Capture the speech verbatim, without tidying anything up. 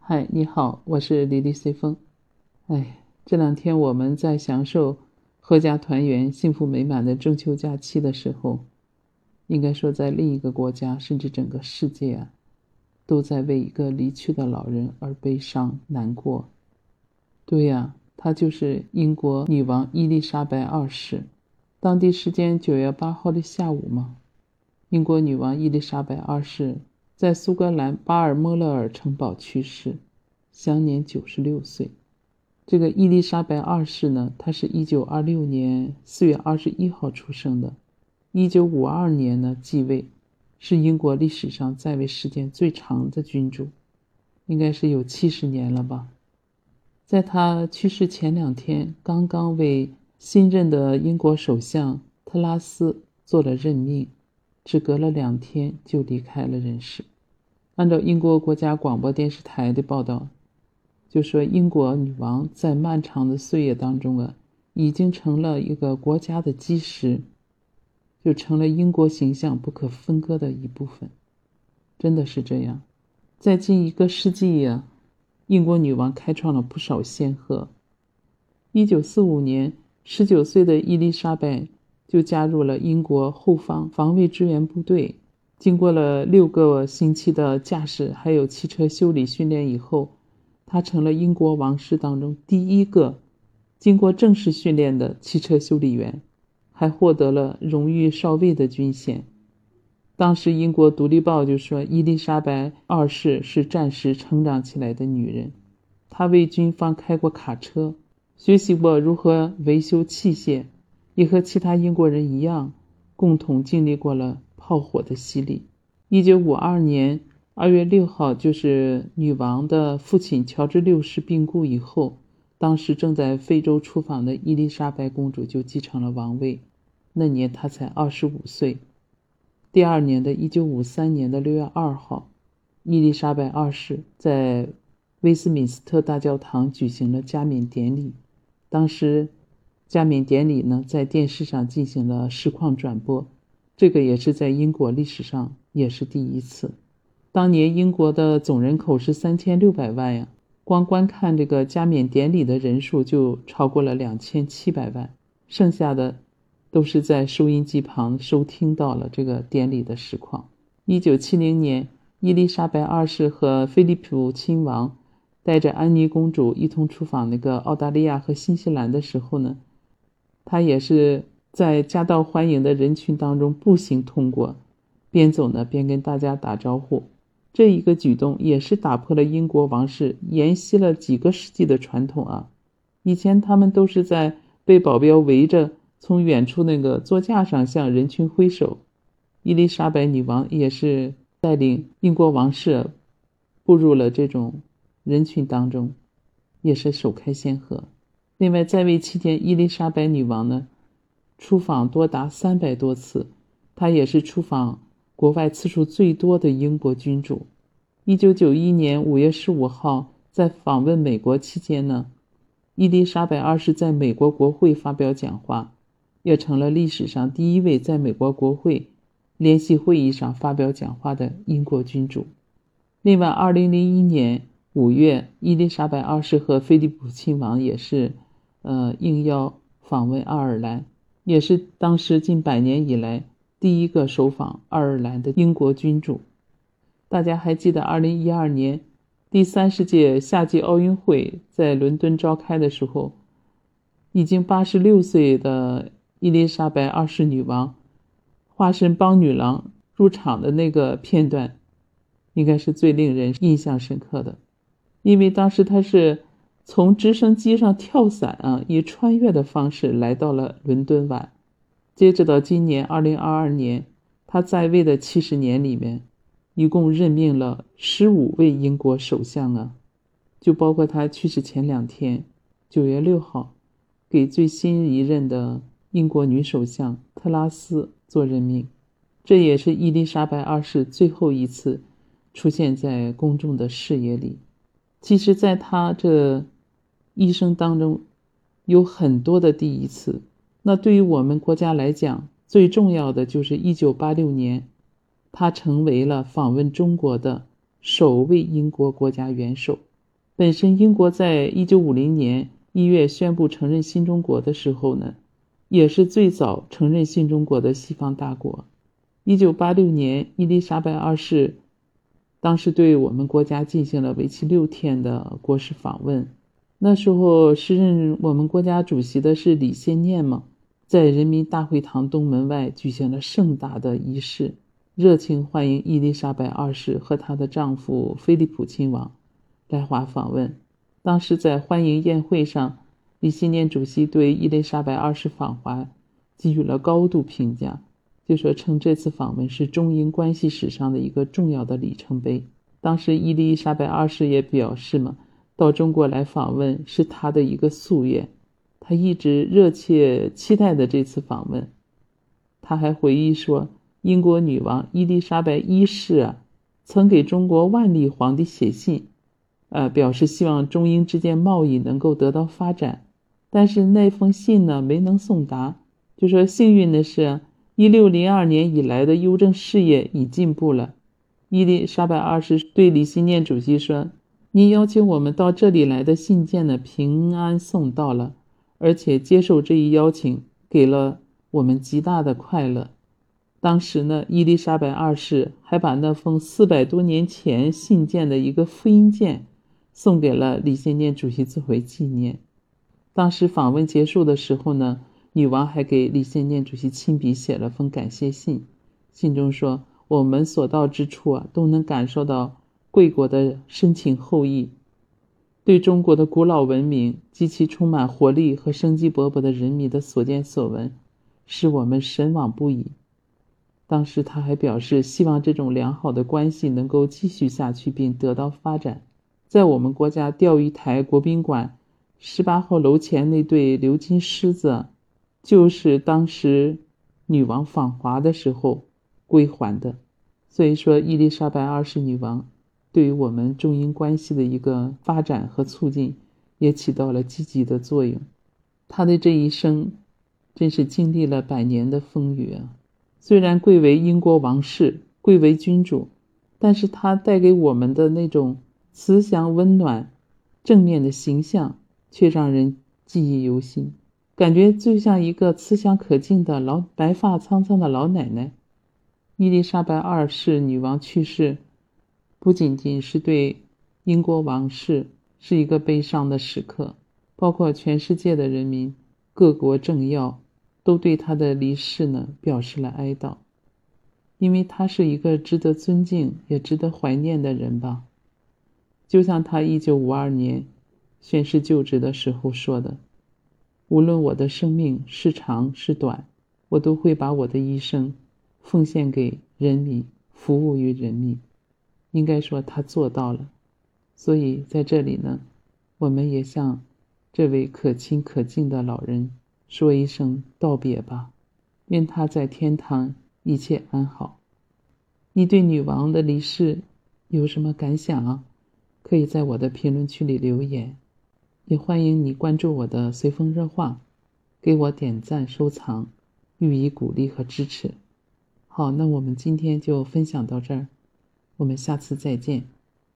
嗨，你好，我是李丽随风。哎，这两天我们在享受阖家团圆、幸福美满的中秋假期的时候，应该说在另一个国家，甚至整个世界啊，都在为一个离去的老人而悲伤难过。对呀，她就是英国女王伊丽莎白二世。当地时间九月八号的下午嘛，英国女王伊丽莎白二世在苏格兰巴尔莫勒尔城堡去世，享年九十六岁。这个伊丽莎白二世呢，她是一九二六年四月二十一号出生的，一九五二年呢继位，是英国历史上在位时间最长的君主，应该是有七十年了吧。在她去世前两天，刚刚为新任的英国首相特拉斯做了任命，只隔了两天就离开了人世。按照英国国家广播电视台的报道，就说英国女王在漫长的岁月当中啊，已经成了一个国家的基石，就成了英国形象不可分割的一部分。真的是这样，在近一个世纪啊，英国女王开创了不少先河。一九四五年，十九岁的伊丽莎白就加入了英国后方防卫支援部队。经过了六个星期的驾驶还有汽车修理训练以后，她成了英国王室当中第一个经过正式训练的汽车修理员，还获得了荣誉少尉的军衔。当时英国独立报就说，伊丽莎白二世是战时成长起来的女人，她为军方开过卡车，学习过如何维修器械，也和其他英国人一样，共同经历过了炮火的洗礼。一九五二年二月六号，就是女王的父亲乔治六世病故以后，当时正在非洲出访的伊丽莎白公主就继承了王位，那年她才二十五岁。第二年的一九五三年的六月二号，伊丽莎白二世在威斯敏斯特大教堂举行了加冕典礼。当时加冕典礼呢，在电视上进行了实况转播，这个也是在英国历史上也是第一次。当年英国的总人口是三千六百万呀，光观看这个加冕典礼的人数就超过了两千七百万，剩下的都是在收音机旁收听到了这个典礼的实况。一九七零年，伊丽莎白二世和菲利普亲王带着安妮公主一同出访那个澳大利亚和新西兰的时候呢，她也是在夹道欢迎的人群当中步行通过，边走呢边跟大家打招呼。这一个举动也是打破了英国王室沿袭了几个世纪的传统啊。以前他们都是在被保镖围着，从远处那个座架上向人群挥手。伊丽莎白女王也是带领英国王室步入了这种人群当中，也是首开先河。另外在位期间，伊丽莎白女王呢出访多达三百多次，她也是出访国外次数最多的英国君主。一九九一年五月十五号，在访问美国期间呢，伊丽莎白二世在美国国会发表讲话，也成了历史上第一位在美国国会联席会议上发表讲话的英国君主。另外二零零一年五月，伊丽莎白二世和菲利普亲王也是呃应邀访问爱尔兰，也是当时近百年以来第一个首访爱尔兰的英国君主。大家还记得二零一二年第三十届夏季奥运会在伦敦召开的时候，已经八十六岁的伊丽莎白二世女王化身邦女郎入场的那个片段，应该是最令人印象深刻的。因为当时她是从直升机上跳伞啊，以穿越的方式来到了伦敦湾。截止到今年二零二二年，她在位的七十年里面，一共任命了十五位英国首相啊，就包括她去世前两天九月六号给最新一任的英国女首相特拉斯做任命。这也是伊丽莎白二世最后一次出现在公众的视野里。其实在她这一生当中有很多的第一次，那对于我们国家来讲，最重要的就是一九八六年她成为了访问中国的首位英国国家元首。 本身英国在一九五零年一月宣布承认新中国的时候呢，也是最早承认新中国的西方大国。一九八六年，伊丽莎白二世当时对我们国家进行了为期六天的国事访问。那时候时任我们国家主席的是李先念嘛，在人民大会堂东门外举行了盛大的仪式，热情欢迎伊丽莎白二世和她的丈夫菲利普亲王来华访问。当时在欢迎宴会上，李先念主席对伊丽莎白二世访华给予了高度评价，就说称这次访问是中英关系史上的一个重要的里程碑。当时伊丽莎白二世也表示嘛，到中国来访问是他的一个夙愿，他一直热切期待的这次访问。他还回忆说，英国女王伊丽莎白一世啊，曾给中国万历皇帝写信，呃，表示希望中英之间贸易能够得到发展，但是那封信呢没能送达。就说幸运的是，一六零二年以来的邮政事业已进步了。伊丽莎白二世对李先念主席说，您邀请我们到这里来的信件呢平安送到了，而且接受这一邀请给了我们极大的快乐。当时呢，伊丽莎白二世还把那封四百多年前信件的一个复印件送给了李先念主席作为纪念。当时访问结束的时候呢，女王还给李先念主席亲笔写了封感谢信，信中说，我们所到之处啊，都能感受到贵国的深情厚谊，对中国的古老文明及其充满活力和生机勃勃的人民的所见所闻，使我们神往不已。当时他还表示，希望这种良好的关系能够继续下去并得到发展。在我们国家钓鱼台国宾馆十八号楼前那对鎏金狮子，就是当时女王访华的时候归还的。所以说，伊丽莎白二世女王对于我们中英关系的一个发展和促进也起到了积极的作用。她的这一生真是经历了百年的风雨啊！虽然贵为英国王室，贵为君主，但是她带给我们的那种慈祥温暖正面的形象却让人记忆犹新，感觉就像一个慈祥可敬的老白发苍苍的老奶奶。伊丽莎白二世女王去世，不仅仅是对英国王室是一个悲伤的时刻，包括全世界的人民，各国政要都对她的离世呢表示了哀悼，因为她是一个值得尊敬也值得怀念的人吧。就像她一九五二年宣誓就职的时候说的，无论我的生命是长是短，我都会把我的一生奉献给人民，服务于人民。应该说他做到了。所以在这里呢，我们也向这位可亲可敬的老人说一声道别吧，愿他在天堂一切安好。你对女王的离世有什么感想啊？可以在我的评论区里留言，也欢迎你关注我的随风热话，给我点赞收藏，予以鼓励和支持。好，那我们今天就分享到这儿，我们下次再见。